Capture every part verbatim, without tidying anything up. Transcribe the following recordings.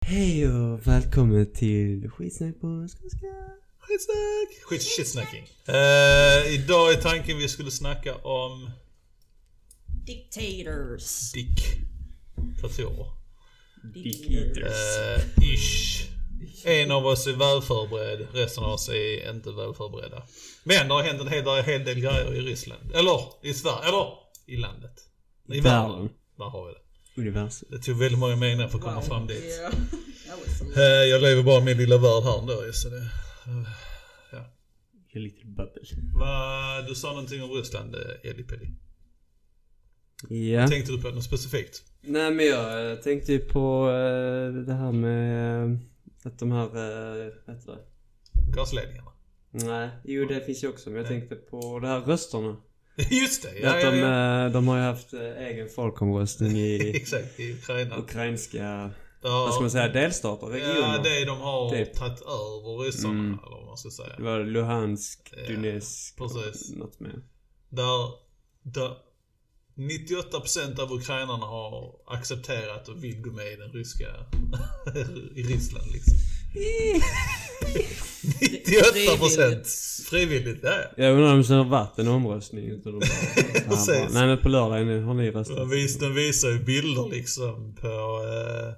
Hej och välkommen till Skitsnack på skånska. Skitsnack! Skit, shitsnacking. Uh, idag är tanken vi skulle snacka om Dictators. Diktatorer. Dictators. Uh, ish. En av oss är välförberedd, resten av oss är inte välförberedda. Men det har hänt en hel, en hel del grejer i Ryssland. Eller i Sverige, eller i landet. I, I världen. världen. Där har vi det. Universum. Det tog väldigt många meningar för att komma wow. fram dit. Yeah. uh, jag lever bara i min lilla värld här ändå. Så det, uh, ja. En liten bubble. Va, du sa någonting om Ryssland, Eli-Peli. Ja. Tänkte du på något specifikt? Nej, men jag tänkte ju på uh, det här med uh, att de här, uh, vad heter det? Gasledningarna. Nej, jo det finns ju också. Men jag tänkte på det här rösterna. Just det, ja, att ja, de, ja. de har ju haft egen folkomröstning i exakt, i Ukraina. Ukrainska, ja, vad ska man säga, delstater, regioner. Ja, det de har typ tagit över ryssarna, mm. eller vad man ska säga. Det var Luhansk, ja, Donetsk, precis. Något mer. Där, där nittioåtta procent av ukrainarna har accepterat och vill gå med i den ryska i Ryssland liksom. nittioåtta procent frivilligt, ja. Jag undrar om det har varit en omröstning. De bara, bara, nej, men på lördagen har ni röstat. De, vis, de visar ju bilder liksom på eh,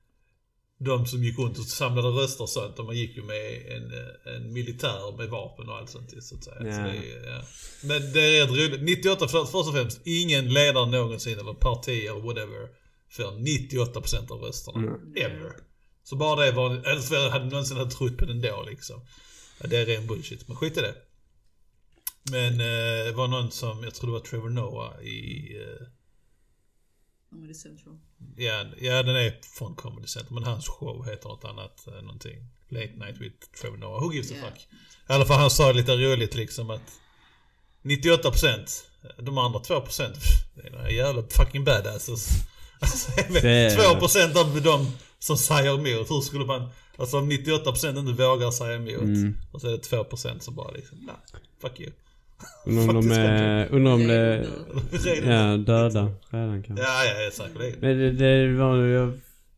de som gick runt och samlade röster och sånt. De gick ju med en, en militär med vapen och allt sånt, så att säga. Ja. Så det är, ja. Men det är rätt roligt. nittioåtta för, först och främst, ingen ledare någonsin eller parti eller whatever för nittioåtta procent av rösterna. Mm. Ever. Så bara det var, eller för jag hade någonsin hade trott på den då liksom. Ja, det är ren bullshit, men skit i det. Men eh, det var någon som, jag tror det var Trevor Noah i eh, Comedy Central. Ja, ja, den är från Comedy Central, men hans show heter något annat, eh, någonting. Late Night with Trevor Noah. Who gives a yeah. fuck? I alla fall han sa lite roligt liksom att nittioåtta procent, de andra två procent, det är några jävla fucking badasses. Alltså, två procent av de som säger emot, hur skulle man, alltså om nittioåtta procent inte vågar säga emot, mm. och så är det två procent som bara liksom, nah, fuck you. Undrar om de är, undrar om det, ja, döda redan kanske. Ja, ja, säkert. Men det, det var jag,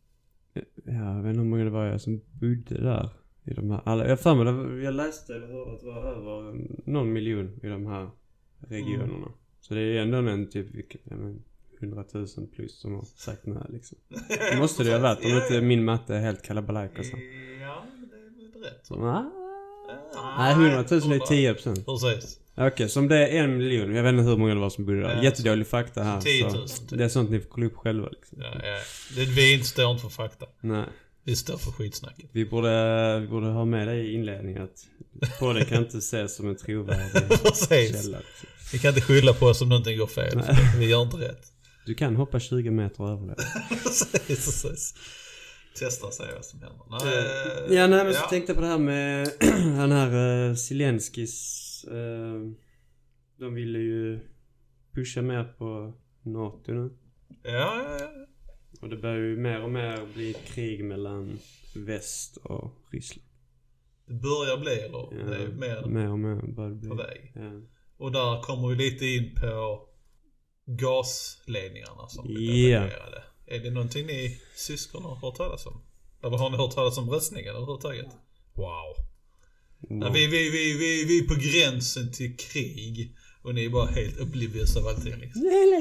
ja, jag vet inte hur många det var jag som bodde där i de här, alla, jag fan men jag läste eller hörde att det var över någon miljon i de här regionerna. Mm. Så det är ändå en typ, vilket, jag men, hundratusen plus som har sagt nej liksom. Det måste det ju ha varit om inte min matte är helt kalabalaik och så. Ja, det är rätt. Så, nej, nej, hundratusen är tio procent. Precis. Okej, okay, så om det är en miljon, jag vet inte hur många det var som bodde där. Ja, jättedålig fakta här. tio tusen. Så det är sånt ni får kolla upp själva liksom. Ja, ja. Det, vi inte står inte för fakta. Nej. Vi står för skitsnacket. Vi borde, vi borde ha med det i inledningen att på det kan inte ses som en trovärdig källa. Vi kan inte skylla på oss om någonting går fel. Vi gör inte rätt. Du kan hoppa tjugo meter över det. Precis, precis. Testa och se vad som händer. Nej, ja, nej, men så ja. tänkte på det här med den här uh, Zelenskyjs. Uh, de ville ju pusha mer på NATO nu. Ja, ja, ja. Och det börjar ju mer och mer bli krig mellan väst och Ryssland. Det börjar bli, eller? Ja, det är mer, mer och mer börjar bli på väg. Ja. Och där kommer vi lite in på gasledningarna som blev yeah. attackerade. Är det någonting ni syskon har hört talas om? Eller har ni hört talas om röstningen överhuvudtaget? Wow. No. Ja, vi, vi, vi, vi, vi är på gränsen till krig och ni är bara helt oblivious av allting liksom.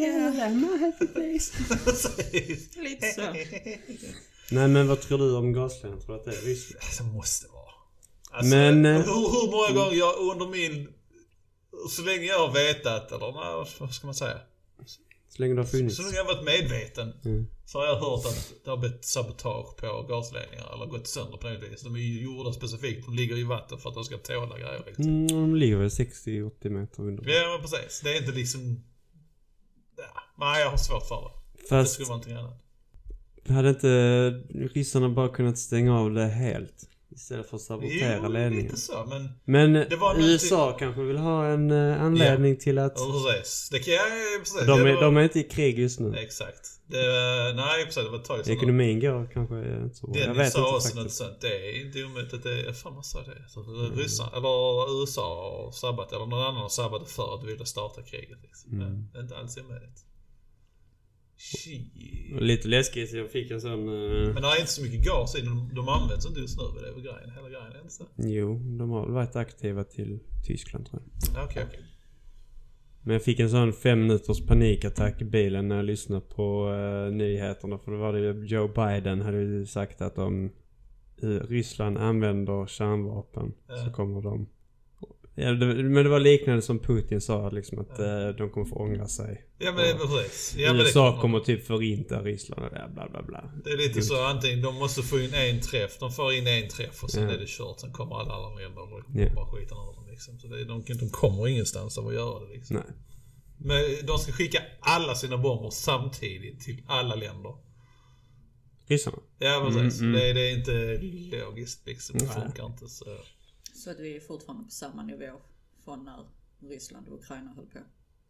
Lite så. Nej, men vad tror du om gasledningen? Tror du att det är Ryssland? Det måste vara. Alltså, men, hur, hur många gånger jag under min, så länge jag har vetat, eller nej, vad ska man säga? Så länge du har funnits. Så länge jag har varit medveten, mm. så har jag hört att det har blivit sabotage på gasledningar eller gått sönder på något vis. De är ju gjorda specifikt, de ligger i vatten för att de ska tåla grejer liksom. Mm, de ligger väl sextio till åttio meter under. Ja, men precis. Det är inte liksom, ja, nej, jag har svårt för det. Fast det skulle vara någonting annat. Hade inte ryssarna bara kunnat stänga av det helt? Istället för att sabotera jo, ledningen. Inte så, men, men det var U S A någonting... kanske vill ha en uh, anledning ja. till att... Precis. Det kan jag, precis. De, är, det var... de är inte i krig just nu. Exakt. Det, nej, precis. Det var ett tag sedan. Ekonomin går kanske inte så bra. Den jag vet sa inte också något sånt. Det är inte omöjligt att det är... Fan, vad sa det? Så, mm. Ryssar, eller U S A har sabbat, eller någon annan har sabbat för att vilja starta kriget. Liksom. Mm. Det är inte alls omöjligt. Shit. Och lite läskigt, så jag fick en sån... Uh... Men det är inte så mycket gas i de, de används inte just nu. Det är väl grejen, hela grejen är inte så. Jo, de har varit aktiva till Tyskland tror jag. Okej, okay, okej. Okay. Men jag fick en sån fem minuters panikattack i bilen när jag lyssnade på uh, nyheterna. För då var det Joe Biden hade ju sagt att om uh, Ryssland använder kärnvapen ja. så kommer de... Ja, det, men det var liknande som Putin sa liksom att ja. uh, de kommer få ångra sig. Ja men det är precis. Ja, U S A kommer, kommer typ förinta Ryssland och det bla bla bla. Det är lite så antingen de måste få in en träff. De får in en träff och sen ja. är det kört. Sen kommer alla andra länder och ja. bara skiten av dem liksom. Så det är, de, de kommer ingenstans av att göra det liksom. Nej. Men de ska skicka alla sina bomber samtidigt till alla länder. Ryssarna? Ja precis. Mm, mm. Det, det är inte logiskt liksom. Det funkar inte så. Så att vi är fortfarande på samma nivå från när Ryssland och Ukraina höll på.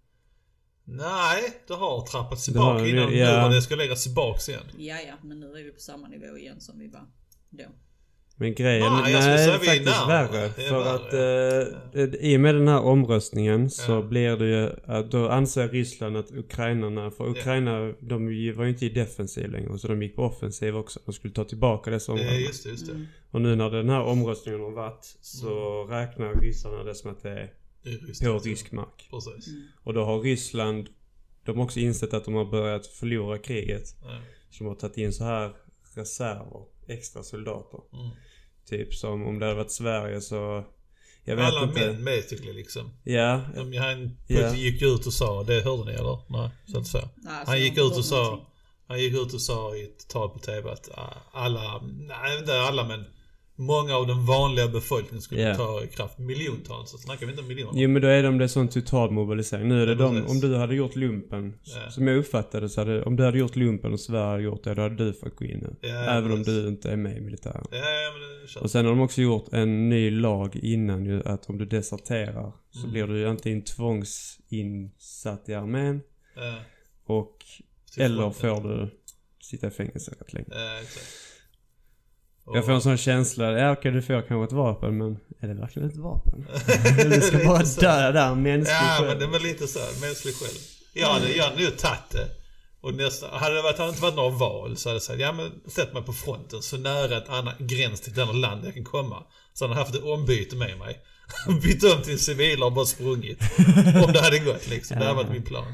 Nej, det har trappats tillbaka har, innan ja. nu och det ska läggas tillbaka igen. Ja, ja, men nu är vi på samma nivå igen som vi var då. Men grejen nej, nej är faktiskt värre. För värre. att eh, ja. i och med den här omröstningen så ja. blir det ju att då anser Ryssland att ukrainarna, för Ukraina ja. de var ju inte i defensiv längre så de gick på offensiv också. De skulle ta tillbaka dessa områden. Ja, just det, just det. Mm. Och nu när den här omröstningen har varit så mm. räknar ryssarna det som att det är, det är rysk, på rysk mark. Precis. Mm. Och då har Ryssland, de har också insett att de har börjat förlora kriget. Ja. Så de har tagit in så här reserver, extra soldater. Mm. Typ som om det hade varit Sverige så... Jag vet alla inte. män basically liksom. Ja. De, han ja. gick ut och sa, det hörde ni eller? Nej, så att säga. Nej, han gick ut och sa, någonting. han gick ut och sa i ett tal på tv att alla, nej inte alla men många av den vanliga befolkningen skulle yeah. ta i kraft miljontals. Så snackar vi inte om miljoner. Jo men då är de det sån total mobilisering. Nu är det ja, de, om du hade gjort lumpen yeah. som jag uppfattade så hade, om du hade gjort lumpen och Sverige hade gjort det, då hade du fått gå in nu. Yeah, även om du inte är med i militären. Ja, ja, men det och sen har de också gjort en ny lag innan ju att om du deserterar så mm. blir du ju antingen tvångsinsatt i armén yeah. och eller får du sitta i fängelse rätt länge. Ja, exakt. Jag får en sån känsla, ja okej du får kanske ett vapen men är det verkligen ett vapen? Du ska bara dö där, mänsklig ja, själv. Ja men det var lite så här, mänsklig själv. Jag hade, jag hade nu tagit det. Och nästa, hade det varit, hade inte varit några val så hade jag sagt, ja men sätt mig på fronten så nära ett annat gräns till ett annat land jag kan komma. Så hade jag haft ett ombyte med mig. Bytt om till civila och bara sprungit. Om det hade gått liksom, det hade varit min plan.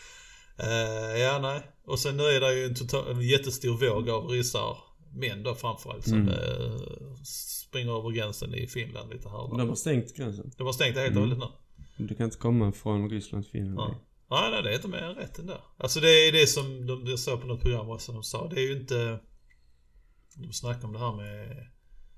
Uh, ja nej, och sen nu är det ju en, total, en jättestor våg av ryssar. Män då framförallt som mm. eh, springer över gränsen i Finland lite här. De har stängt gränsen. De har stängt det helt och hållet nu. Du kan inte komma från Ryssland till Finland. Ja. Ja, nej, det är inte mer än rätt ändå. Alltså det är det som de, jag såg på något program också, de sa. Det är ju inte... De snackar om det här med...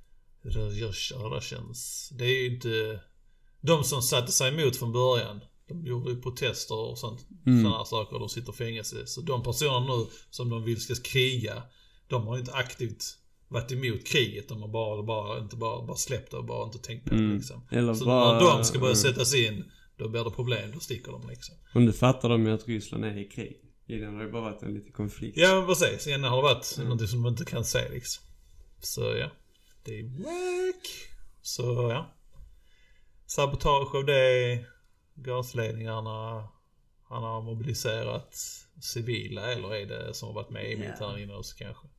Det känns. Det är ju inte... De som satte sig emot från början. De gjorde ju protester och sånt. Mm. Sådana här saker. De sitter i fängelse. Så de personer nu som de vill ska kriga... De har inte aktivt varit emot kriget. De har bara, bara inte bara, bara släppt det och bara inte tänkt på det liksom. Eller så bara, när de ska börja sättas in, då blir det problem, då sticker de liksom. Och nu fattar de ju att Ryssland är i krig. Innan har det bara varit en liten konflikt. Ja men precis, innan har det varit mm. något som man inte kan säga liksom. Så ja, det är wack. Så ja. Sabotage av det, gasledningarna, han har mobiliserat civila eller är det som har varit med i militären innan också kanske.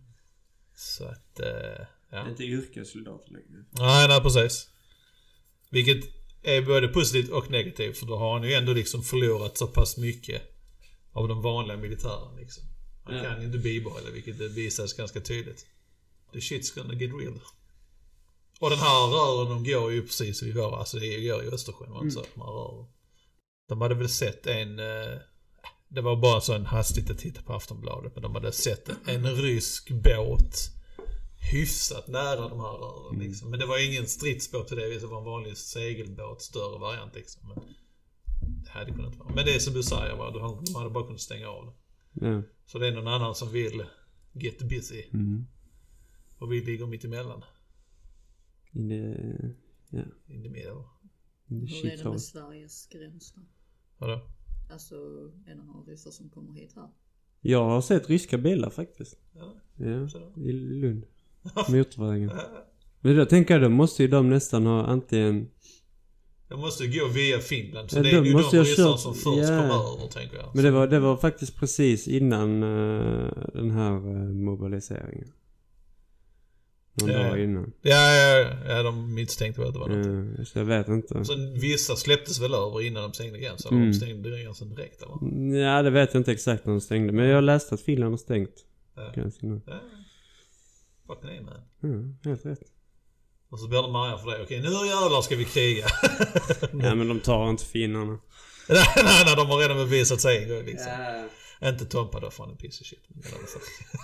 Så att, äh, ja. Inte yrkessoldater längre. Nej, nej, precis. Vilket är både positivt och negativt för då har han ju ändå liksom förlorat så pass mycket av de vanliga militären liksom. Han ja. kan ju inte bibehålla, vilket det visas ganska tydligt. The shit's gonna get real. Och den här rören de går ju precis vid våra, alltså det går i Östersjön mm. så att man rör. De hade väl sett en... Eh, det var bara så en hastigt att titta på Aftonbladet. Men de hade sett en rysk båt hyfsat nära de här rören. Liksom. Men det var ingen stridsbåt till det viset. Det var en vanlig segelbåt, större variant. Liksom. Men det hade kunnat vara. Men det är som du säger, va? De hade bara kunnat stänga av det. Mm. Så det är någon annan som vill get busy. Mm. Och vi ligger mitt emellan. In the... Yeah. In the middle. In the Hur är det med Sveriges gränser? Vadå? Alltså, är det några ryssar som kommer hit här? Jag har sett ryska bilar faktiskt. Ja, ja i Lund. Motorvägen. Men då tänker jag, då måste ju de nästan ha antingen Det måste gå via Finland. Så Ja, det är då ju måste de jag ryssarna kört- som först ja. kommer över, tänker jag. Men det var, det var faktiskt precis innan uh, den här uh, mobiliseringen. Någon Ja, dag ja. innan. Ja, ja, ja, de misstänkte väl att det var något. Uh, så jag vet inte. Så vissa släpptes väl över innan de stängde gränsen. Mm. De stängde gränsen direkt, eller? Ja, det vet jag inte exakt när de stängde. Men jag har läst att Finland har stängt Ja. gränsen nu. Ja. Fucking nej, man. Mm, helt rätt. Och så blir de arga för det. Okej, nu jävlar ska vi kriga. Ja, men de tar inte finnarna. nej, nej, nej, de har redan bevisat sig en gång liksom. Ja. Inte Tompa då, fan en piece of shit. Men i alla fall.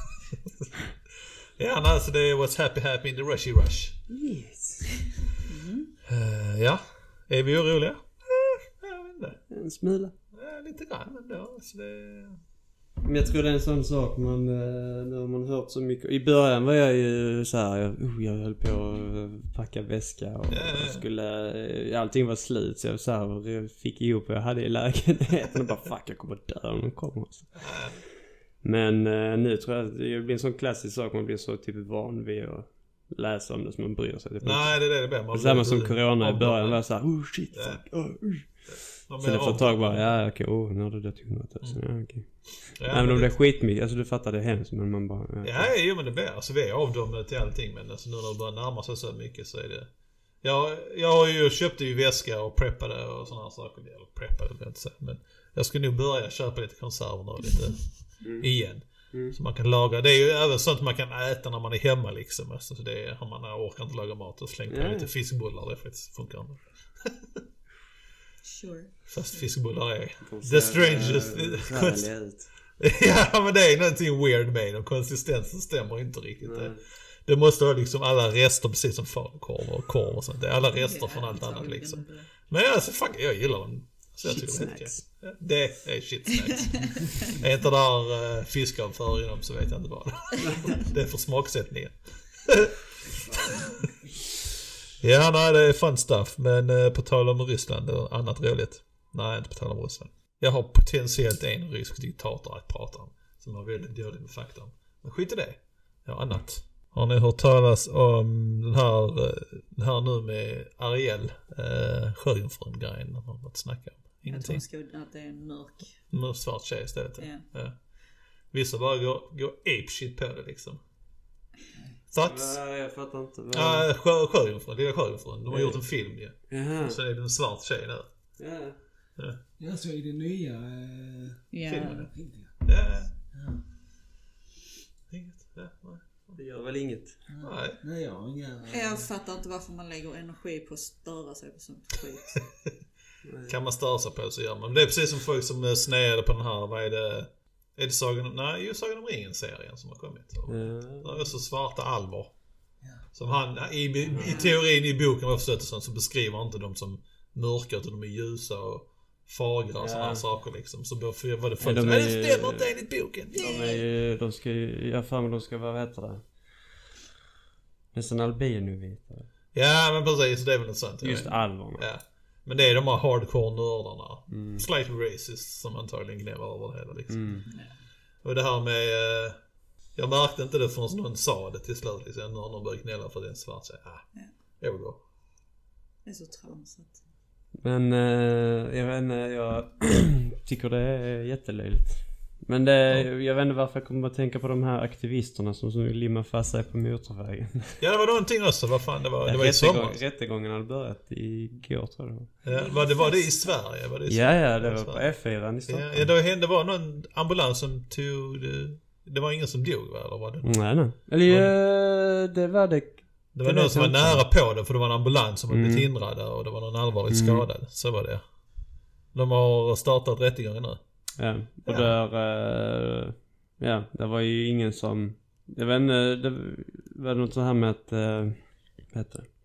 Ja, nej, så det är what's happy happy in the rushy rush. Yes. Uh, ja, är vi oroliga? Uh, jag vet inte. En smula. Uh, lite grann ändå. Så det... Men jag tror det är en sån sak man, nu har man hört så mycket. I början var jag ju så här, jag, uh, jag höll på att packa väska och Ja, ja, ja. skulle, allting var slut så jag så här, jag fick ihop vad jag hade i lägenheten och bara fuck jag kommer dö om de kommer. Alltså. Uh, Men uh, nu tror jag att det blir en sån klassisk sak, man blir så typ van vid att läsa om det som man bryr sig. Typ. nej, det är det det blir. Man Samma blir- som corona i av- början var så här, oh shit, Ja. fuck, oh, uh. man Sen blir efter av- ett tag bara, ja okej, oh nu har det dött hundratusen, ja okej. Ja, Nej men men de det- blir skitmycket, alltså du fattar det hemskt men man bara, ja. Ja, jo men det blir. Alltså vi är avdomnade till allting, men alltså nu när det börjar närma sig så mycket så är det... Jag, jag har ju köpte ju väska och preppade och sådana här saker. Eller preppade vill jag inte säga, men jag ska nog börja köpa lite konserver och lite igen. Mm. Så man kan laga. Det är ju även sånt man kan äta när man är hemma liksom. Alltså, så det är, om man orkar inte laga mat och släng på Ja. lite fiskbullar. Det faktiskt funkar inte. Sure. Fast fiskbullar är De the ser, strangest. eh, härliga ut. Ja men det är någonting weird med dem. Konsistensen stämmer inte riktigt. Nej. Det, det måste vara liksom alla rester, precis som falukorv och korv och sånt. Det är alla rester från allt annat liksom. Men alltså fuck, jag gillar dem. Så jag Shit tycker det är helt snacks. okej. Det är shit snacks. Är inte där uh, fiskavför i dem så vet jag inte vad. Det är för smaksättningen. Ja, nej det är fun stuff. Men uh, på tal om Ryssland och annat roligt. Nej, inte på tal om Ryssland. Jag har potentiellt en rysk diktator att prata om. Som har väldigt dålig med fakta om. Men skit i det. Jag har annat. Har ni hört talas om den här, eh, den här nu med Ariel, eh, Sjöjungfrun-grejen de har varit snacka om? Jag tror Ingenting. hon ska, att det är en mörk. Nu svart tjej istället. Ja. Ja. Vissa bara går, går apeshit på det liksom. Thoughts? Nej, jag fattar inte. Vad... Ja, sjö, Sjöjungfrun, lilla Sjöjungfrun. De har Ja. gjort en film ju. Jaha. Så är det en svart tjej nu. Ja. Ja. Ja, så är det nya... Eh, Ja. Filmen. riktiga. Ja. Inget. Ja, nej. Det gör väl inget. Nej. Nej, jag har inga... Jag fattar inte varför man lägger energi på att störa sig på sånt skit. Kan man störa sig på det så gör man. Men det är precis som folk som eh, sneade på den här, vad är det? Är det Sagan om, nej, ju Sagan om ringen-serien som har kommit. Och Ja. det är så svarta alver. Ja. Som han, i, i teorin i boken vad jag förstått det som, så beskriver han inte dem som mörka utan de är ljusa och fagra och Ja. sådana här saker liksom. Så då var det folk Ja, som, de nej är- det stämmer inte enligt boken. De är ju, de ska ju, jag fan de ska vara, vad heter det? Nästan albinovita. Ja men precis, det är väl något sånt. jag Just vet. alverna. Ja. Men det är de här hardcore nördarna. Mm. Slightly racist som antagligen gnäller över det hela liksom. Mm. Och det här med... Eh, jag märkte inte det förrän någon sa det till slut. Liksom, när någon började gnälla för att det är en svart tjej. Ah, Ja. jag vill gå. Det är så tramsigt. Men eh, jag vet inte, jag tycker det är jättelöjligt. Men det, jag vet inte varför jag kommer att tänka på de här aktivisterna som, som limmar fast sig på motorvägen. Ja, det var någonting också. Vad fan, det var, det var i Rättegång, sommar. rättegången hade börjat igår tror jag det var. Ja, var, det, var det i Sverige? Var det i Ja, Sverige? ja, det var på Sverige. F fyra i Stockholm. Ja, ja, det hände var någon ambulans som tog... Det, det var ingen som dog, va? Eller var det? Nej, nej. Eller ja, det var det. Det var det någon vet som jag var inte. nära på det för det var en ambulans som hade Mm. blivit hindrad och det var någon allvarligt Mm. skadad. Så var det. De har startat rättegången nu. Ja, och Ja. där... eh, ja, det var ju ingen som... Jag vet inte, det var något så här med att... Uh, vad heter det?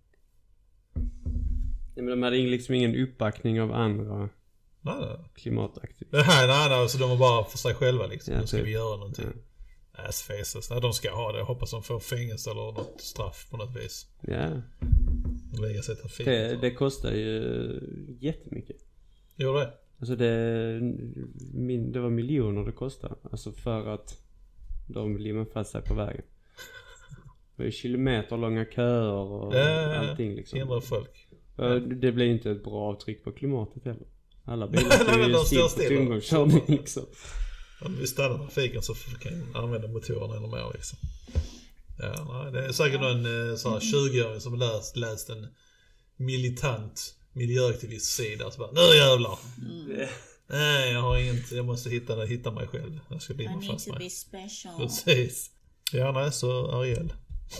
Ja, men de hade liksom ingen uppbackning av andra Nej, nej. klimataktivister. Nej, nej, nej. Så de var bara för sig själva liksom. Ja, Nu ska typ. vi göra någonting. Assfaces. Nej, de ska ha det. Jag hoppas de får fängelse eller något straff på något vis. Ja, Lägga sig till det, fint. det kostar ju jättemycket. Gjorde det? Alltså det... Min, det var miljoner det kostade. Alltså för att de limmade fast sig på vägen. Det var ju kilometer långa köer och Ja, allting liksom. hindra folk. Det blir inte ett bra avtryck på klimatet heller. Alla bilar Nej, står nej, ju de still står på still. tomgångskörning liksom. Om vi stannar trafiken så kan vi använda motorerna ännu mer liksom. Ja, nej, det är säkert någon sån här tjugo-åring som läst, läst en militant miljöaktivist sida så bara, nu jävlar! Mm. Nej, jag har inget, jag måste hitta, hitta mig själv. Jag ska bli I mig need fast to mig. be special. Precis. Ja, nej, så Ariel.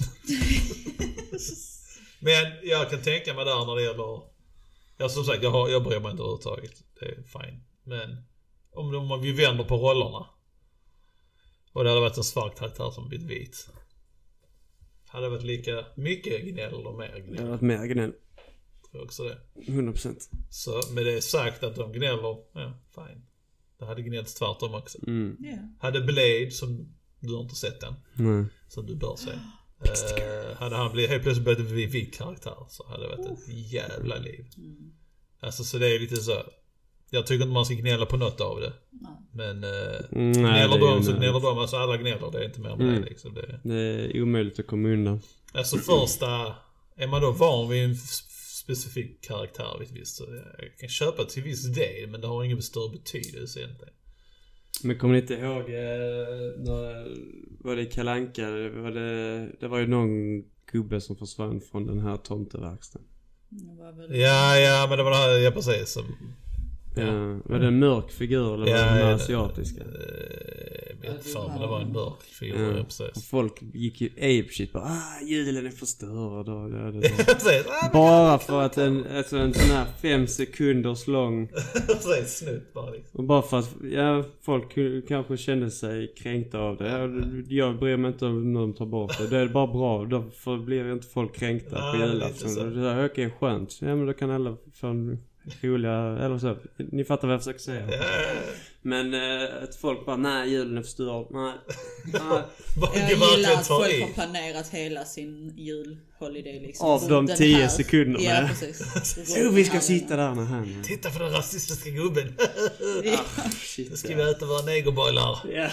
Men jag kan tänka mig där när det gäller, ja som sagt, jag, har, jag bryr mig inte överhuvudtaget. Det är fine. Men om, om vi vänder på rollerna och det hade varit en svart karaktär som blivit vit, hade det varit lika mycket gnäll eller mer gnäll? Det har varit mer gnäll. Tror jag också det. hundra procent. Så med det sagt att de gnäller, ja, fine. Det hade gnällts tvärtom också. Mm. Yeah. Hade Blade, som du har inte sett än, Nej. som du bör se. Uh, hade han blivit helt plötsligt börjat bli vit karaktär så hade det varit ett jävla liv. Mm. Alltså så det är lite så. Jag tycker inte man ska gnälla på något av det. Nej. Men uh, Nej, gnäller det är de så ju gnäller de. Alltså alla gnäller, det är inte mer med Mm. det liksom. Det, Det är omöjligt att komma undan. alltså första, är man då van vid en f- specifik karaktär vet visst, så jag kan köpa till viss del men det har ingen större betydelse egentligen. Men kommer ni inte ihåg eh, när, var det Kalle Anka? Var det, det var ju någon gubbe som försvann från den här tomteverkstan. Det var väl... Ja, ja, men det var det här, ja precis. Som, Ja. Var det en mörk figur eller var det ja, den ja, asiatiska? Jag vet fan, men det var en mörk figur, Ja. ja. Och Precis. folk gick ju apeshit bara, ah, julen är förstörd och det, det, Ja, det. precis. Ah, men- Bara för att en, alltså en sån här fem sekunders lång. Precis, snutt bara liksom. Och bara för att, ja, folk k- kanske kände sig kränkta av det. Jag, jag bryr mig inte om när de tar bort det. Det är bara bra, då får, blir inte folk kränkta på Nej, julafton. lite så. Det där ökar skönt. Ja, men då kan alla få en roliga, eller så. Ni fattar vad jag försöker säga. Ja, Men äh, att folk bara, nej, julen är förstörd. Nej. nej. bara Jag verkligen gillar att tar folk i. har planerat hela sin julholiday liksom. Av runt de den tio här. sekunderna. Ja, precis. Jo, vi ska sitta där med han. Titta på den rasistiska gubben. Ja. Ah, shit, Nu ska vi äta våra negerboilar. ja.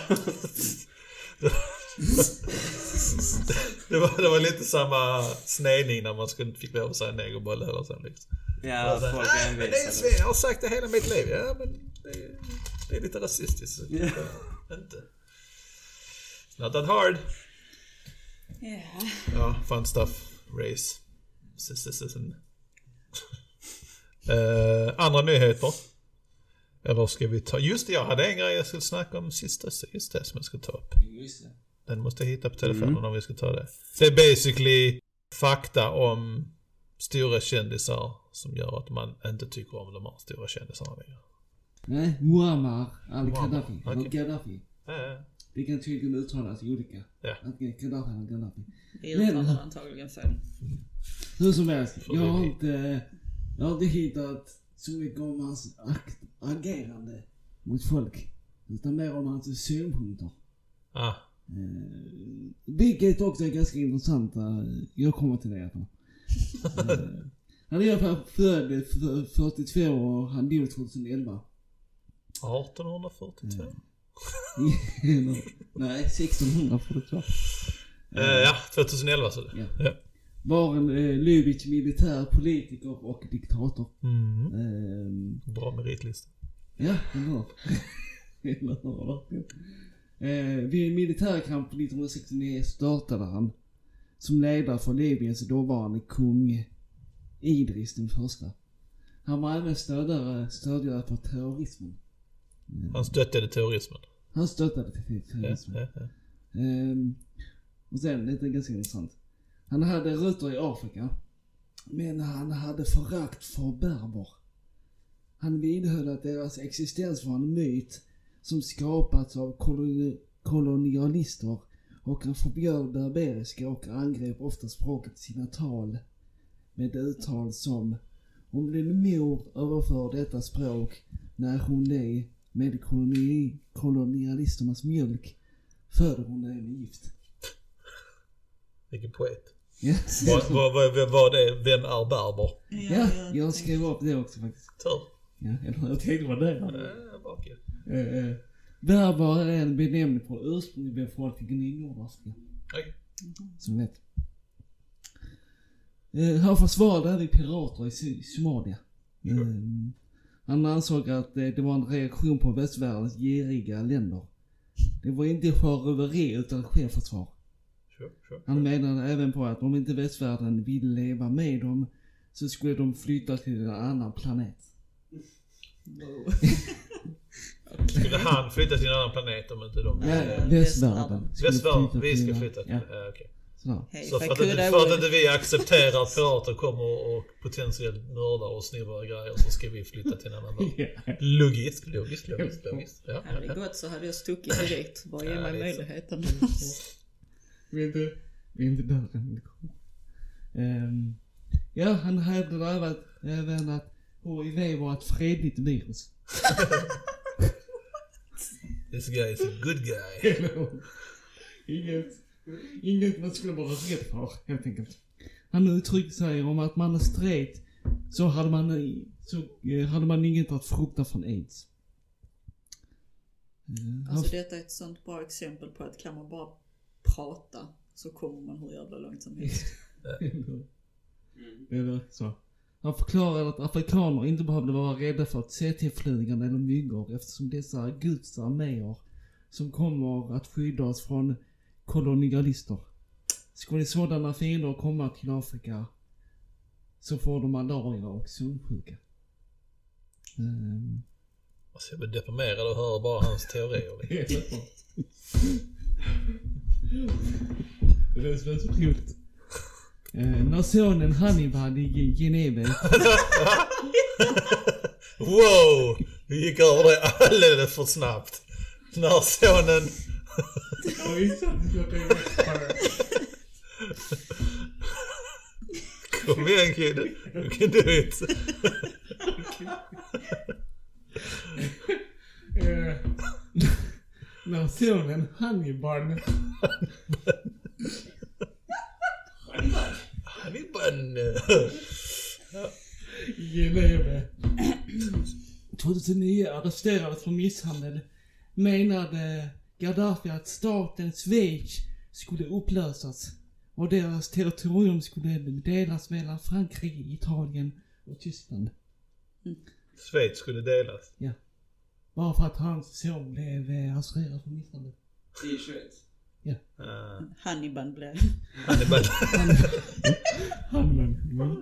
Det var, det var lite samma snedning när man skulle, fick lov att säga negerboll eller så liksom. Ja, Och så, folk "Ah, är men det är envisade. Sven, jag har sagt det hela mitt liv. Ja, men det är, det är lite rasistiskt. Så Ja. Inte. It's not that hard. Ja. Ja, fun stuff. Race. Sisisism. uh, andra nyheter. Eller ska vi ta... Just det, jag hade en grej jag skulle snacka om sista. Just det som jag ska ta upp. Just det. Den måste jag hitta på telefonen Mm. om vi ska ta det. Det är basically fakta om stora kändisar som gör att man inte tycker om de här stora kändisarna längre. Nej, Muammar Muammar, al-Gaddafi. okej. Eller Gaddafi. Äh, Det kan tydligen uttalas olika. Ja. Antingen Gaddafi eller Gaddafi. Vi uttalar antagligen fel. Hur som helst, Får jag har vi- inte, jag har inte hittat så mycket om hans akt, agerande mot folk. Utan mer om hans synpunkter. ah, Eh, vilket också är ganska intressant. eh, Jag kommer till det. Eh, han är i alla fall född f- fyrtiotvå och han dog tjugoelva. arton fyrtiotvå. Nej, sextonhundrafyrtiotvå. Eh, ja, tjugoelva så det. Ja. Ja. Var en eh, lyrisk militär, politiker och diktator. Mm. Eh, Bra meritlista. Ja, eller hur? Eller hur, verkligen. Eh, vid en militärkamp nittonhundrasextionio startade han som ledare för Libyens dåvarande kung Idris den första. Han var även stödjare, stödjare för terrorismen. Han stöttade terrorismen. Han stöttade till Ja, terrorismen. ja, ja. Ehm, och sen, det är ganska intressant. Han hade rötter i Afrika. Men han hade förakt för berber. Han vidhöll att deras existens var en myt som skapats av koloni- kolonialister och han förbjöd berberiska och angrep ofta språket i sina tal med uttal som: om din mor överför detta språk när hon led med koloni- kolonialisternas mjölk föder hon dig med gift. Vilken poet. Yes. Vad var, var, var det? Vem är berber? Ja, jag skrev upp det också faktiskt. Tur. Ja, eller jag tänkte vad det är. Äh, bakil. Eh, eh, berber är en benämning på ursprungsbefolkningen i Nordafrika. Okej. Som vet. Eh, han försvarade även pirater i Sy- Somalia. Sure. Eh, han ansåg att eh, det var en reaktion på västvärldens giriga länder. Det var inte sjöröveri utan självförsvar. Sure, sure. Han menade även på att om inte västvärlden ville leva med dem så skulle de flytta till en annan planet. Wow. Skulle han flytta till en annan planet om inte de... Nej, Eh, västvärlden. skulle Västvärlden, flytta vi ska till- flytta till... Ja, Ja, okej. sådär. Hey, Så if för I att, could, inte, I för att would. inte vi accepterar att pirater kommer och potentiellt mördar och snor våra grejer så ska vi flytta till en annan värld. Ja. Logiskt, logiskt, logiskt, logiskt. Ja, Hade ja, det ja. gått så hade jag stuckit direkt. Bara ge Ja, mig det är så. möjligheten. Vi är inte, vi är inte där än. Um, ja, han hävdade även, även att H I V var ett fredligt virus. This guy is a good guy. inget, inget man skulle vara rädd för, helt enkelt. Han uttryckte sig om att man är straight så hade man, så eh, hade man inget att frukta från AIDS. Eh, han- Alltså detta är ett sånt bra exempel på att kan man bara prata så kommer man hur jävla långt som helst. Det är verkligen så. Han förklarade att afrikaner inte behövde vara rädda för C T-flugan eller myggor eftersom dessa är Guds arméer som kommer att skydda oss från kolonialister. Skulle sådana fiender komma till Afrika så får de malaria och solsjuka. Um. Alltså, jag blir deprimerad och hör bara hans teorier. Det är så roligt. Eh, när sonen Hannibal i Geneve Wow! Vi gick över det alldeles för snabbt. När sonen... Kom igen kid, you can do it. Eh, när sonen Hannibal Hannibal. i Geneve tjugohundranio arresterades för misshandel menade Gaddafi att staten Schweiz skulle upplösas och deras territorium skulle delas mellan Frankrike, Italien och Tyskland. Schweiz skulle delas. Ja. Bara för att hans son blev eh, arresterad för misshandel. I Schweiz. Uh, Hannibal blev. Hannibal. Hannibal. Mm.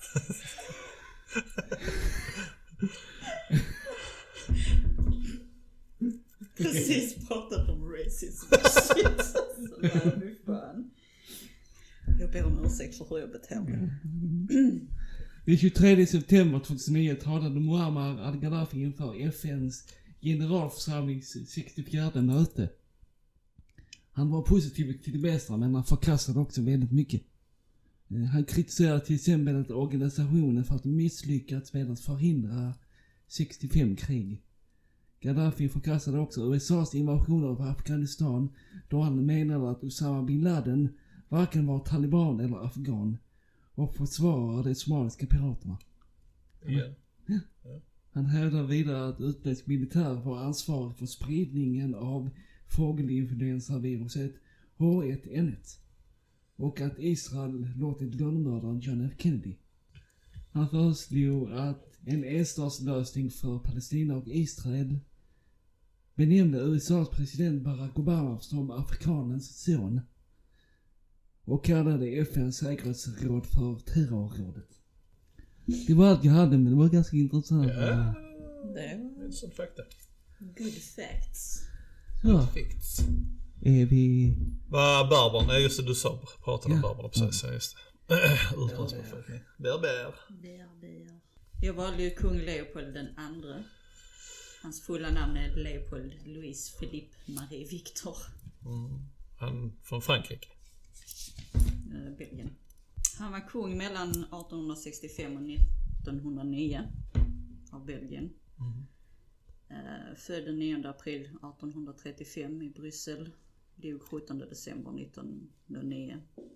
Precis pratat om racism. Shit. Så där, fy fan. Jag ber om ursäkt för hur jag beter mig. Den tjugotredje september tjugohundranio talade Muammar al-Gaddafi inför F N:s generalförsamlings sextiofjärde möte. Han var positiv till det bästa men han förkastade också väldigt mycket. Eh, Han kritiserade till exempel att organisationen för att misslyckats med att förhindra sextiofem krig. Gaddafi förkastade också U S A:s invasion av Afghanistan då han menade att Osama bin Laden varken var taliban eller afghan och försvarade de somaliska piraterna. Igen. Han hävdar vidare att utländsk militär var ansvarig för spridningen av fågelinfluensaviruset H ett N ett och att Israel låtit lönnmördaren John F Kennedy. Han föreslog att en enstatslösning för Palestina och Israel benämnde U S A:s president Barack Obama som afrikanens son och kallade F N:s säkerhetsråd för terrorrådet. Det var allt jag hade men det var ganska intressant. Ja, Det det var är sån fakta. good facts. Så, Perfekt. är vi... Vad Barbaren, ja just det du sa, pratade om Ja. Barbaren precis, ja just det. Ursprungsbefolkning. Berber. Ber, ber. Jag valde ju kung Leopold den andre. Hans fulla namn är Leopold Louis Philippe Marie Victor. Mm. Han från Frankrike. eh, Belgien. Han var kung mellan arton sextiofem och nittonhundranio av Belgien. Mm. Eh, född den nionde april arton trettiofem i Bryssel. Dog sjuttonde december nittonhundranio.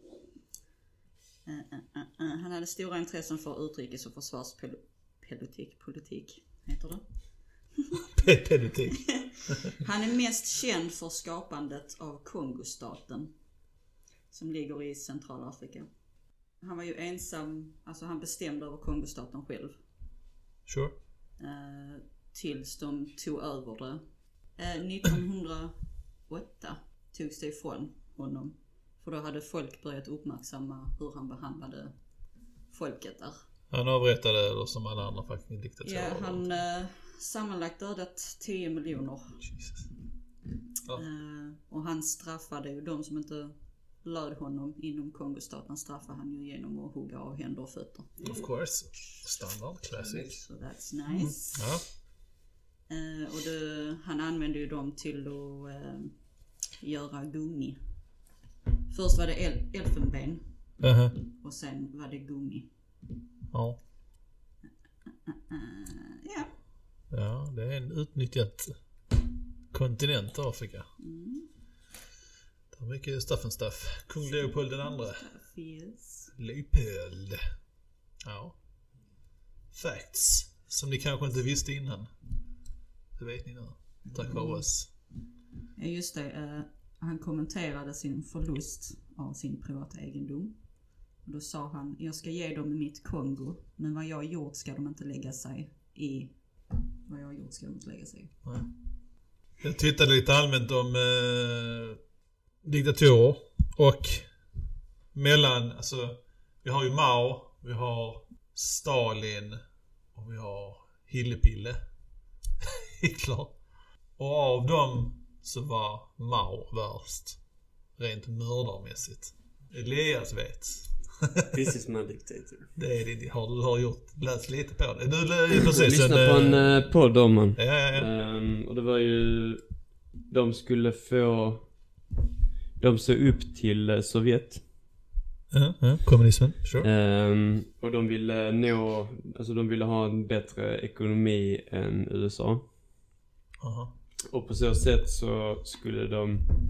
Eh, eh, eh, eh. Han hade stora intressen för utrikes- och försvarspolitik. Politik heter det. Pedotik. Han är mest känd för skapandet av Kongostaten som ligger i Centralafrika. han var ju ensam, alltså han bestämde över Kongostaten själv. Sure. Eh, tills de tog över det. Eh, nittonhundraåtta togs det ifrån honom. För då hade folk börjat uppmärksamma hur han behandlade folket där. Han avrättade eller som alla andra fucking diktatorer. Ja, han eh, sammanlagt dödat tio miljoner. Jesus. Ja. Eh, och han straffade ju de som inte löd honom inom Kongostaten, straffade han ju genom att hugga av händer och fötter. Of course. Standard, classic. So that's nice. Mm. Ja. Eh, och det, han använde ju dem till att eh, göra gummi. Först var det el- elfenben. Uh-huh. Och sen var det gummi. Ja. Uh, ja. Ja, det är en utnyttjat kontinent, Afrika. Mm. Det är mycket stuff and stuff. Kung Leopold den andra. Yes. Leopold. Ja. Facts. Som ni kanske inte visste innan. Det vet ni nu. Tack vare oss. Ja, just det. Uh, han kommenterade sin förlust av sin privata egendom. Och då sa han, jag ska ge dem mitt Kongo. Men vad jag har gjort ska de inte lägga sig i. Vad jag har gjort ska de inte lägga sig i. Nej. Jag tittade lite allmänt om eh, diktatorer. Och mellan, alltså vi har ju Mao, vi har Stalin och vi har Hillepille. Hitler. Och av dem så var Mao värst. Rent mördarmässigt. Elias vet. This is my dictator. Det är det. Har du har gjort, läst lite på det. Du är precis jag lyssnade på en uh, podd om man. Ja, ja, ja. Um, och det var ju, de skulle få, de såg upp till uh, Sovjet. Ja, ja, kommunismen, sure. Um, och de ville nå, alltså de ville ha en bättre ekonomi än U S A. Aha. Och på så sätt så skulle de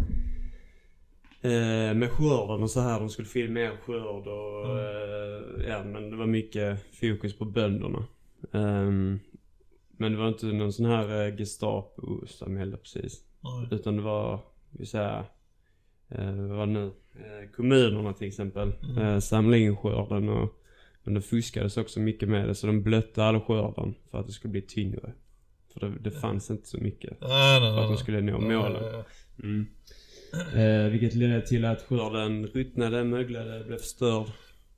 eh, med skörden och så här, de skulle filma mer skörd och Mm. eh, ja, men det var mycket fokus på bönderna. Um, men det var inte någon sån här eh, Gestapo-samhälle precis. Mm. Utan det var, vi säger, eh, vad var det nu? Eh, kommunerna till exempel Mm. eh, samlade in skörden och men det fuskades också mycket med det, så de blötte all skörden för att det skulle bli tyngre. För det, det fanns inte så mycket Ah, no, för att no, de skulle nå no. målen. Ja, ja, Mm. Eh, vilket ledde till att skörden ruttnade, möglade, blev förstörd.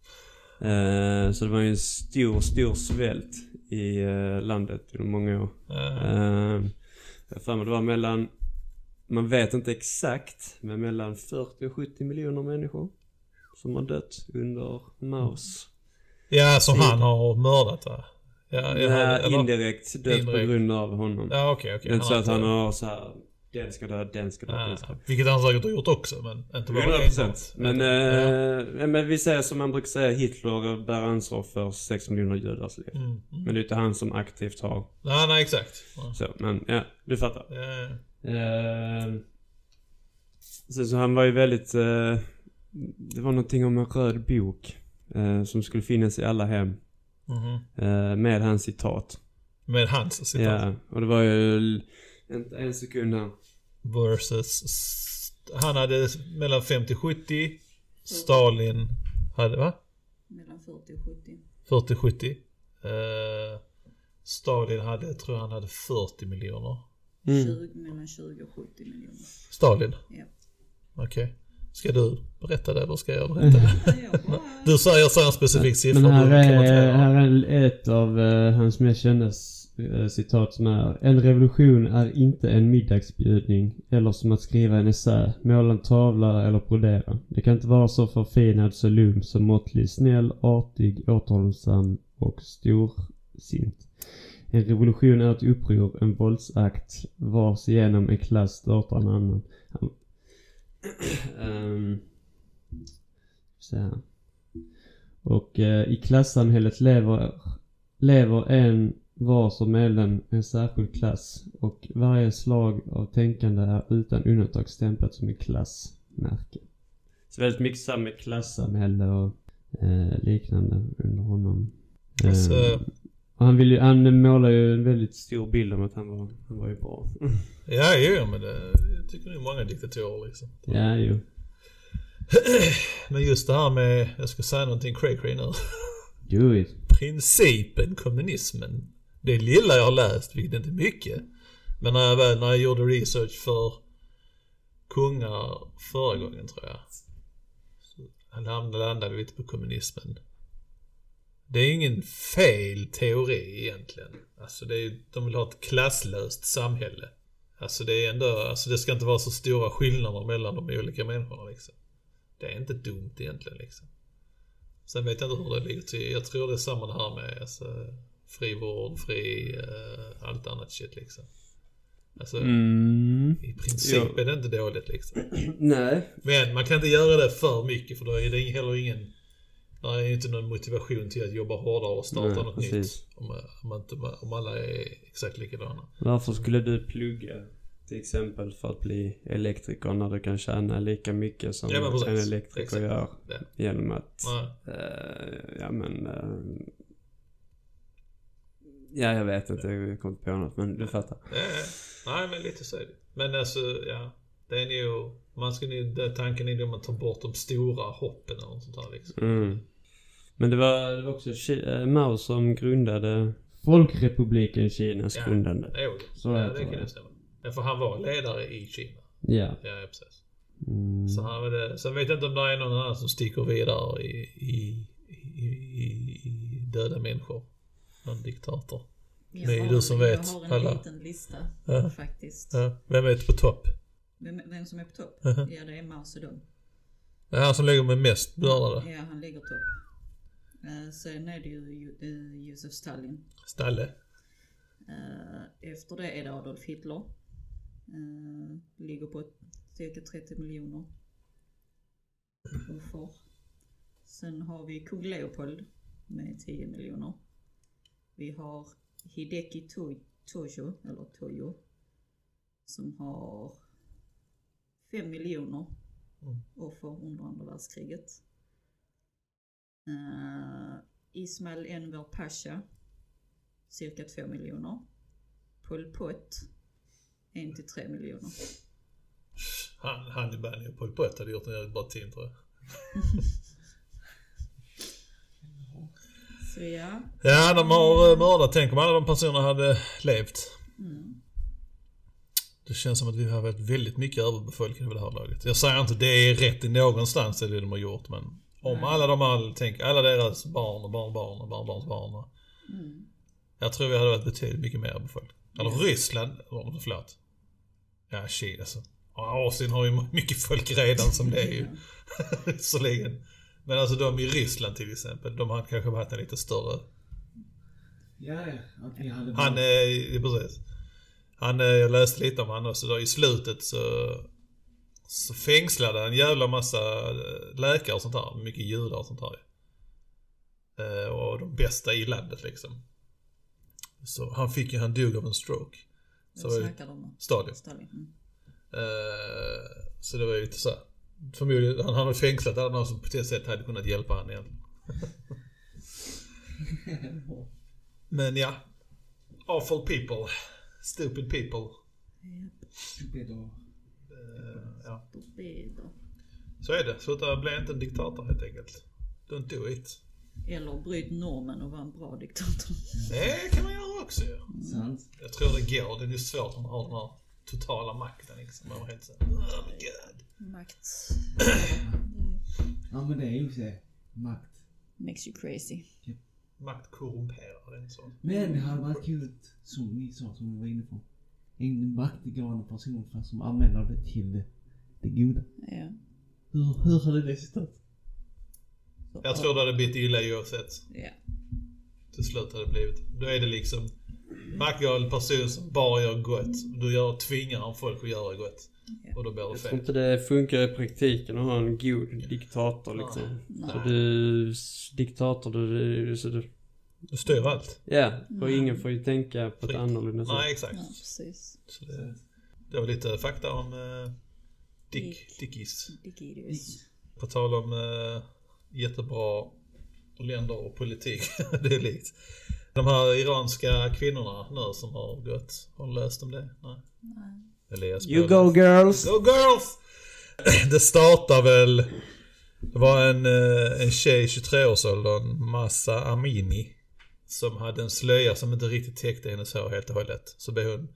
Eh, så det var ju en stor, stor svält i eh, landet i många år. ja. Eh, jag för mig det var mellan, man vet inte exakt, men mellan fyrtio och sjuttio miljoner människor som har dött under Maos. Ja, som Tid. han har mördat va? Ja, jag Nej, hörde- eller- indirekt dött Indirekt. på grund av honom. Ja, okej, okej. Det är inte så att han har har så här, den ska dö, den ska dö, den ska Ja, dö. vilket han säkert har gjort också, men inte bara hundra procent. en. Men, Ja. eh, men vi säger som man brukar säga, Hitler bär ansvar för sex miljoner judars liv. Mm, mm. Men det är inte han som aktivt har Nej, nej, exakt. Ja. så. Men ja, du fattar. Ja, ja. Eh, så, så han var ju väldigt, eh, det var någonting om en röd bok eh, som skulle finnas i alla hem Mhm. eh, med hans citat. Med hans citat. Ja, och det var ju inte en sekund här. Versus han hade mellan femtio och sjuttio. Stalin hade, va? Mellan fyrtio och sjuttio. fyrtio och sjuttio. Uh, Stalin hade, jag tror han hade fyrtio miljoner. Mm. tjugo, mellan tjugo och sjuttio miljoner. Stalin? Ja. Okej. Okay. Ska du berätta det eller ska jag berätta det? Ja, jag bara... Du säger så en specifik siffra. Men här du är, kommenterar. här är ett av uh, hans mest kända uh, citat som är: en revolution är inte en middagsbjudning eller som att skriva en essä, måla en tavla eller brodera. Det kan inte vara så förfinad så lugn som måttlig, snäll, artig, återhållsam och storsint. En revolution är ett uppror, en våldsakt vars igenom en klass störtar en annan. um, så här. Och eh, i klassamhället lever, lever en var som medlem en särskild klass och varje slag av tänkande är utan undantag stämplat som en klassmärke. Så väldigt mycket samma med klassamhälle och eh, liknande under honom. Eh, Alltså, och han, vill ju, han målar ju en väldigt stor bild om att han var, han var ju bra. ja, jo, men det jag tycker det är många diktatorer liksom. Ja, jo. Men just det här med, jag ska säga någonting cray-cray nu. Do it. Principen, kommunismen. Det lilla jag har läst, vilket inte är mycket. Men när jag väl, när jag gjorde research för kungar förra gången tror jag. Så landade lite på kommunismen. Det är ingen fel teori egentligen. Alltså det är, de vill ha ett klasslöst samhälle. Alltså det är ändå, alltså det ska inte vara så stora skillnader mellan de olika människorna liksom. Det är inte dumt egentligen liksom. Sen vet jag inte hur det ligger till. Jag tror det är samma det här med alltså, fri vård, fri, uh, allt annat shit liksom. Alltså Mm. i princip Jo. är det inte dåligt liksom. Nej. Men man kan inte göra det för mycket för då är det heller ingen, det är inte någon motivation till att jobba hårdare och starta Nej, något precis. nytt. Om, om, inte, om alla är exakt likadana. Varför skulle du plugga till exempel för att bli elektriker när du kan tjäna lika mycket som Ja, men precis. en elektriker Exakt. gör Ja. genom att Nej. eh, ja men eh, ja jag vet inte, jag kom inte på något men du fattar. Ja, ja. Nej men lite så är det. Men alltså ja, det är ju, man ska ju, det, tanken är ju att man tar bort de stora hoppen eller något sånt här liksom. Mm. Men det var, det var också Ki- äh, Mao som grundade Folkrepubliken Kinas Ja. grundande. Jo, Så ja, heter det kan det. det stämma. Ja, för han var ledare i Kina. Ja. Ja, precis. Mm. Så han var det. Sen vet jag inte om det är någon annan som sticker vidare i, i, i, i, i döda människor. Någon diktator. Jag Det är har du en- som vet, Jag har en alla. liten lista Ja. faktiskt. Ja, vem är på topp? Vem, vem som är på topp? Mhm. Ja, det är Mao Zedong. Det är han som lägger med mest bördade. Ja, han ligger topp. Eh, sen är det ju Ju- eh, Josef Stalin. Stalle. Eh, efter det är det Adolf Hitler. Eh, ligger på cirka trettio miljoner offer. Sen har vi kung Leopold med tio miljoner. Vi har Hideki To- Tojo, eller Tojo, som har fem miljoner Mm. offer under andra världskriget. Uh, Ismail Enver Pasha, cirka två miljoner. Pol Pot, en till tre miljoner. Han, han är bara Pol Pot hade gjort en jävligt bra team tror jag. Så ja. Ja, de har uh, mördat. Tänk om alla de personerna hade levt. Mm. Det känns som att vi har varit väldigt mycket överbefolkade vid det här laget. Jag säger inte att det är rätt i någonstans det de har gjort, men om Nej. alla de här, tänk alla deras barn och barnbarn och barnbarns barn. Och, Mm. jag tror vi hade varit betydligt mycket mer befolkat. Eller Ryssland, eller förlåt. Ja, Kina alltså. Ja, Asien har ju mycket folk redan som det är ju. Visserligen. Men alltså de i Ryssland till exempel, de hade kanske varit en lite större. Ja, ja. Att vi hade Han, eh, ja, precis. Han, eh, jag läste lite om han också då. I slutet så, så fängslade en jävla massa läkare och sånt här. Mycket judar och sånt här. Eh, och de bästa i landet liksom. Så han fick ju, han dog av en stroke. Så Vad var det snackar de om? Stalin. Stalin. Mm. Eh, så det var ju lite så här. Förmodligen, han hade fängslat alla någon som på det sättet hade kunnat hjälpa han igen. Men ja. Awful people. Stupid people. Stupid och... Eh, ja. Torpedo. Så är det. Sluta bli inte en diktator helt enkelt. Don't do it. Eller bryt normen och var en bra diktator. Det kan man göra också ju. Sant. Jag tror det går. Det är ju svårt om man har den här totala makten liksom. Man var helt så här, oh my god. Makt. Ja, men det är ju så. Makt. Makes you crazy. Makt korrumperar, det är inte så. Men det hade varit kul, som ni sa, som vi var inne på. En maktgående person fast som använder det till det, det goda. Ja. Hur, hur hade det sett ut? Jag tror det hade blivit illa oavsett. Ja. Till slut hade det blivit. Då är det liksom maktgalen person som bara gör gott. Du gör, tvingar han folk att göra gott. Ja. Och då blir det Jag tror fel. inte det funkar i praktiken att ha en god diktator liksom. Nej. Så du, diktator, du, du, så du Du styr allt. ja, och Nej. ingen får ju tänka på ett Fritt. annorlunda sätt. Nej, exakt. Ja, precis. Så det, det var lite fakta om uh, Dick, Dick. Dickies. Dickidius. På tal om uh, jättebra länder och politik. Det är likt. De här iranska kvinnorna nu som har gått. Har du läst om det? Nej. Nej. Elias You Böhler. go girls! Go girls! Det startar väl Det var en, en tjej i tjugotre-årsåldern, Massa Amini, som hade en slöja som inte riktigt täckte hennes hår helt och hållet. Så blev hon,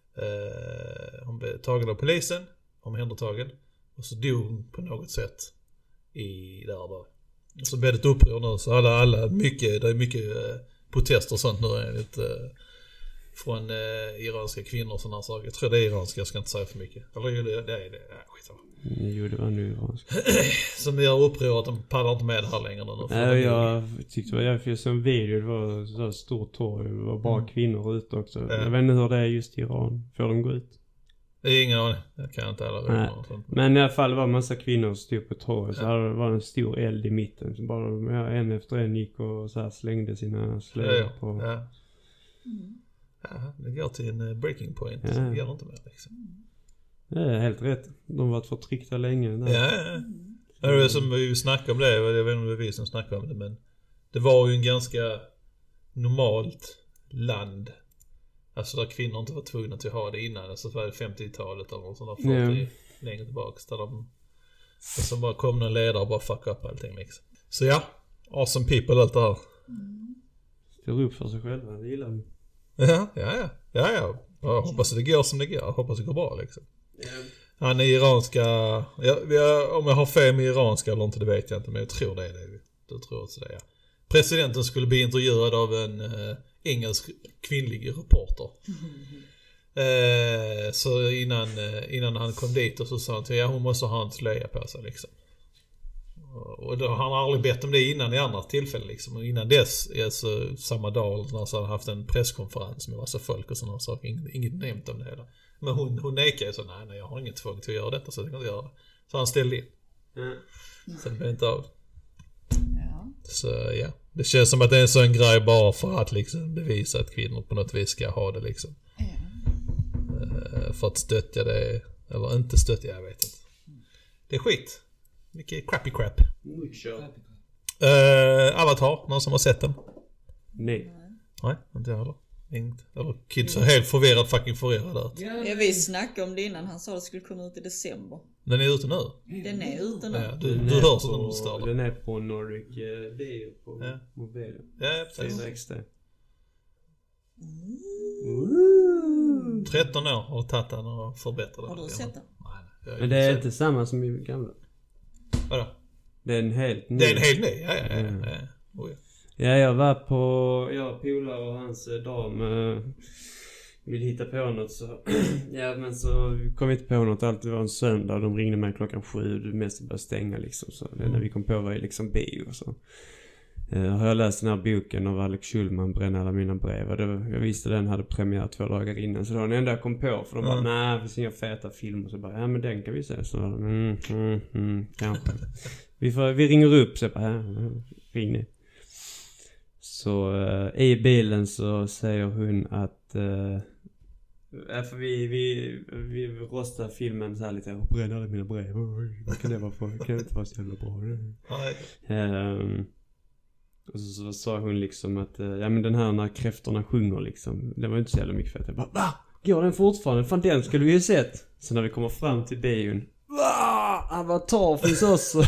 eh, hon blev tagen av polisen, omhändertagen, och så dog hon på något sätt i där då. Och så blev det ett uppror nu, så alla, alla mycket, det är mycket eh, protester och sånt nu enligt, eh, från eh, iranska kvinnor och sådana saker. Jag tror det är iranska, jag ska inte säga för mycket. Eller det, det är det, ja, skitsamma. Jo, det var nu iranska. Som gör uppror att de pallar inte med det här längre nu. Nej, jag tyckte det var jag fick en video, det var så stort torg, det var bara mm. kvinnor ute också. Ja. Jag vet inte hur det är just i Iran. Får de gå ut? Det är ingen aning, jag kan inte alla regler. Men i alla fall det var en massa kvinnor som stod på torget, så hade det var en stor eld i mitten. Så bara ja, en efter en gick och så här slängde sina slöjor ja, ja. på. Ja. Mm. Ja, det går till en breaking point, ja. Så det gör inte mer liksom. Det är helt rätt. De har varit förtryckta länge. Där. Ja, ja. Det är som vi snackade om det, jag vet inte om det var vi som snackade om det, men det var ju en ganska normalt land. Alltså där kvinnor inte var tvungna till att ha det innan. Alltså var det femtiotalet eller något sånt där fyrtio yeah. längre tillbaks. Där de som bara kom någon ledare och bara fuck upp allting liksom. Så ja, awesome people allt det här. Står upp för sig själva, det gillar vi. Ja, ja, ja. Ja, ja. Jag hoppas att det går som det går. Jag hoppas att det går bra liksom. Yeah. Han är iranska... Ja, jag, om jag har fel med iranska eller inte, det vet jag inte. Men jag tror det är det. Jag tror också det, ja. Presidenten skulle bli intervjuad av en eh, engelsk kvinnlig reporter. Mm. Eh, så innan, eh, innan han kom dit och så sa han till ja, hon måste ha en slöja på sig liksom. Och då, han har aldrig bett om det innan i andra tillfällen liksom. Och innan dess, alltså, samma dag så hade han haft en presskonferens med massa folk och sådana saker. Inget, inget nämnt om det hela. Men hon, hon nekar ju så, nej, nej jag har inget tvång till att göra detta så jag kan inte göra det. Så han ställde in. Mm. Så det blev inte av. Ja. Så ja, det känns som att det är en sån grej bara för att liksom bevisa att kvinnor på något vis ska ha det liksom. Mm. För att stötta det, eller inte stötta, jag vet inte. Det är skit. Mycket crappy crap. Mycket. Uh, Avatar, någon som har sett den? Nej. Nej, inte jag heller. Inget. Eller kids är helt förvirrat fucking förvirrade. Ja, vi snackade om det innan. Han sa att det skulle komma ut i december. Den är ute nu? Den är ute nu. Ja, du du hör så den står. Den är på Nordic uh, bio på ja. mobilen. Ja, precis. X D. Mm. tretton år har tagit den och förbättrat den. Har du sett den? Nej, men det är inte samma som i gamla. Vadå? Det är en helt ny. Det är en helt ny, ja, ja, ja. Mm. ja. Oh, ja. Ja, jag var på, jag polare och hans dam eh, vill hitta på något så, ja men så kom vi inte på något, allt det var en söndag och de ringde mig klockan sju, det mesta började stänga liksom, så det när vi kom på var ju liksom bio och så. Eh, har jag läst den här boken av Alex Schulman, Bränna alla mina brev, och det var, jag visste den hade premiär två dagar innan, så det var den enda jag kom på, för de bara, mm. nej, det finns inga feta filmer, så bara, ja men den kan vi se, så mm, mm, mm, kanske. vi, får, vi ringer upp, så jag bara, ja, ring ni. Så uh, i bilen så säger hon att uh, för vi, vi, vi rostar filmen så här lite och bränner alla mina brev. Vad kan det vara för? Kan det inte vara så jävla bra? um, och så, så sa hon liksom att uh, ja men den här när kräftorna sjunger liksom, det var inte så jävla mycket fett. Jag bara, va? Går den fortfarande? Fan den skulle vi ju sett. Så när vi kommer fram till bion, va? Avatar finns också.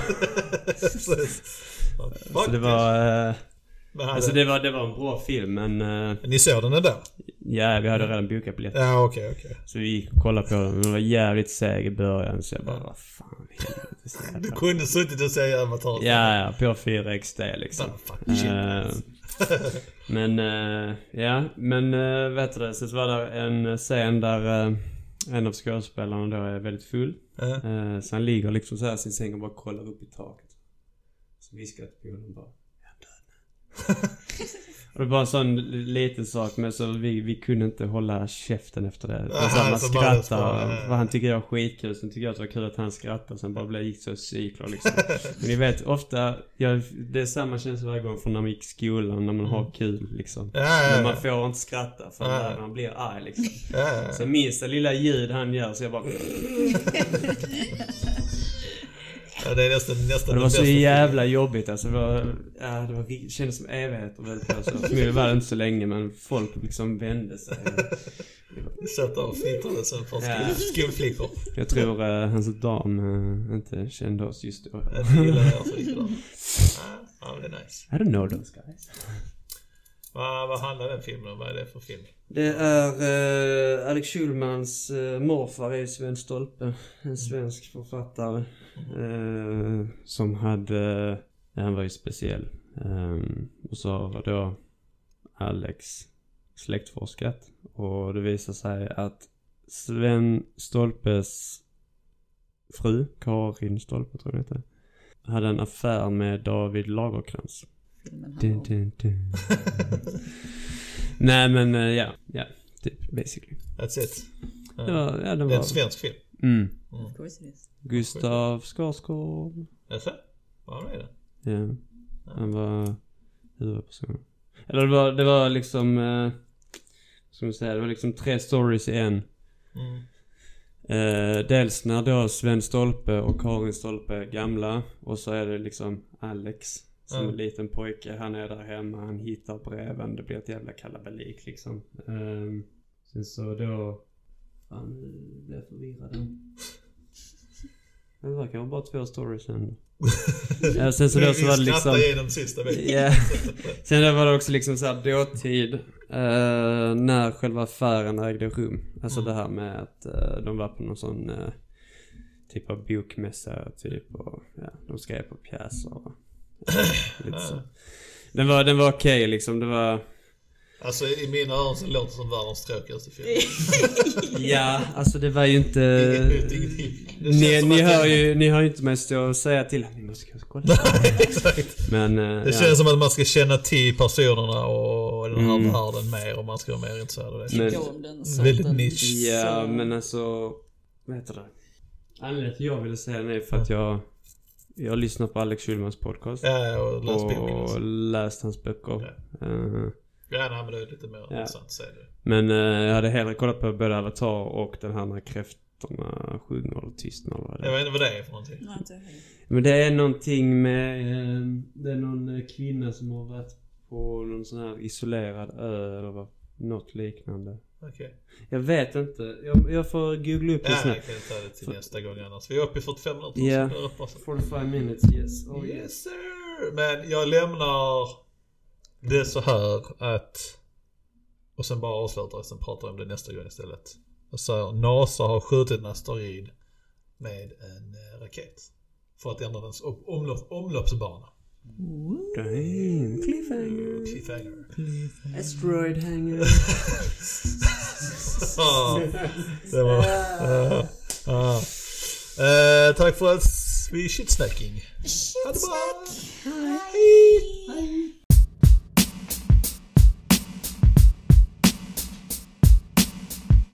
Så det var... Uh, Hade... Alltså det var, det var en bra film, men... Uh... Ni såg den där? Ja, vi hade redan bokat biljetter. Ja, okej, okay, okej. Okay. Så vi gick och kollade på den, men det var jävligt seg i början, så jag bara, vad fan, helvete. Du kunde suttit och säga Avatar. Ja, ja, på fyra X D liksom. Oh, fuck, shit. Uh, men, uh, ja, men uh, vet du det, så var det en scen där uh, en av skådespelarna då är väldigt full. Uh. Uh, så han ligger liksom så här i sin säng och bara kollar upp i taket. Så viskar jag till honom bara, och det var en sån liten sak, men så vi, vi kunde inte hålla käften efter det. Och så man skrattar, vad han tycker jag var skitkul, sen tycker jag att det var kul att han skrattar, sen bara blev gick så cykler liksom. Men ni vet, ofta jag, det är samma känsla varje gång från när man gick i skolan, när man har kul liksom. Ja, ja, ja. Men man får inte skratta för ja. Där man blir arg liksom. Ja, ja. Så minsta lilla ljud han gör, så jag bara Ja, det är nästan, nästan Och det var så bästa jävla filmen. jobbigt alltså. Det var, ja, det var, det kändes som evigheter väldigt på så. Förmodligen var det inte så länge, men folk liksom vände sig. Satt av fittrade sen för Ja. skol, skolflickor. Jag tror uh, hans dam uh, inte kände oss just då. Jag gillar det här så riktigt. Ja, ja, det är nice. I don't know those guys. Vad, vad handlar den filmen om? Vad är det för film? Det är uh, Alex Schulmans uh, morfar är Sven Stolpe. En svensk författare. Uh, som hade... Uh, han var ju speciell. Um, och så har då Alex släktforskat. Och det visar sig att Sven Stolpes fru, Karin Stolpe tror jag det heter, hade en affär med David Lagercrantz. Filmen Dun, handlar om. dun, dun. Nej men uh, ja, ja, typ basically. That's it. Ja. Det var, ja, det Det är var... en svensk film. Mm. Of course it is. Gustav Skarsgård. Jaså? Vad var det? Ja, han var huvudperson. Eller det var, det var liksom, uh, ska man säga, det var liksom tre stories i en. Mm. Uh, dels när då Sven Stolpe och Karin Stolpe är gamla. Och så är det liksom Alex som Mm. en liten pojke. Han är där hemma, han hittar breven. Det blir ett jävla kalabalik liksom. Um, sen så då... Fan, nu blir jag förvirrad. Men det var kanske bara två stories sen. Ja, sen så då så var det liksom... Vi igenom sista veckan. Ja. Sen då var det också liksom så här dåtid. Uh, när själva affären ägde rum. Alltså Mm. det här med att uh, de var på någon sån uh, typ av bokmässa typ. Och ja, de skrev på pjäser. Och, lite så. Den var, den var okej okay, liksom. Det var... Alltså i mina öron så låter det som världens tråkigaste film. Ja, alltså det var ju inte... Inget, inget, inget. Det känns Ni, som ni, att hör det- ju, ni har ju inte med stå och säga till. Ni måste gå och kolla. Exakt. Men, uh, Det ja. känns som att man ska känna till personerna och den här Mm. världen mer om man ska vara mer intresserad av det. Men- Gå om den Väldigt sorten. niche. Ja, Så- men alltså... Vad heter det? Anledningen till jag ville säga det är för att jag... Jag har lyssnat på Alex Schulmans podcast. Ja, och läs boken. och Alltså. läst hans böcker. Uh, Ja, nej, men det är lite mer intressant, säger du. men uh, jag hade hellre kollat på både Avatar och den här när kräftorna sjunger eller tystnar. Eller vad det Jag är. vet inte vad det är för någonting. Nej, inte heller. Men det är någonting med... Uh, det är någon uh, kvinna som har varit på någon sån här isolerad ö eller vad, något liknande. Okej. Jag vet inte. Jag, jag får googla upp det Ja, snabbt. jag kan ta det till nästa gång annars. Vi är uppe i fyrtiofem minuter. Ja. Så det är rätt bra så. fyrtiofem minutes, yes. Oh, yes. Yes sir! Men jag lämnar det så här att... Och sen bara avslutar och sen pratar jag om det nästa gång istället. Och så NASA har skjutit en asteroid med en eh, raket. För att ändra dens om- omlopp, omloppsbana. Damn. Cliffhanger. Cliffhanger. Asteroid hanger. Ah, det var... ah, ah. Eh, tack för att vi shitsnacking. Ha det bra!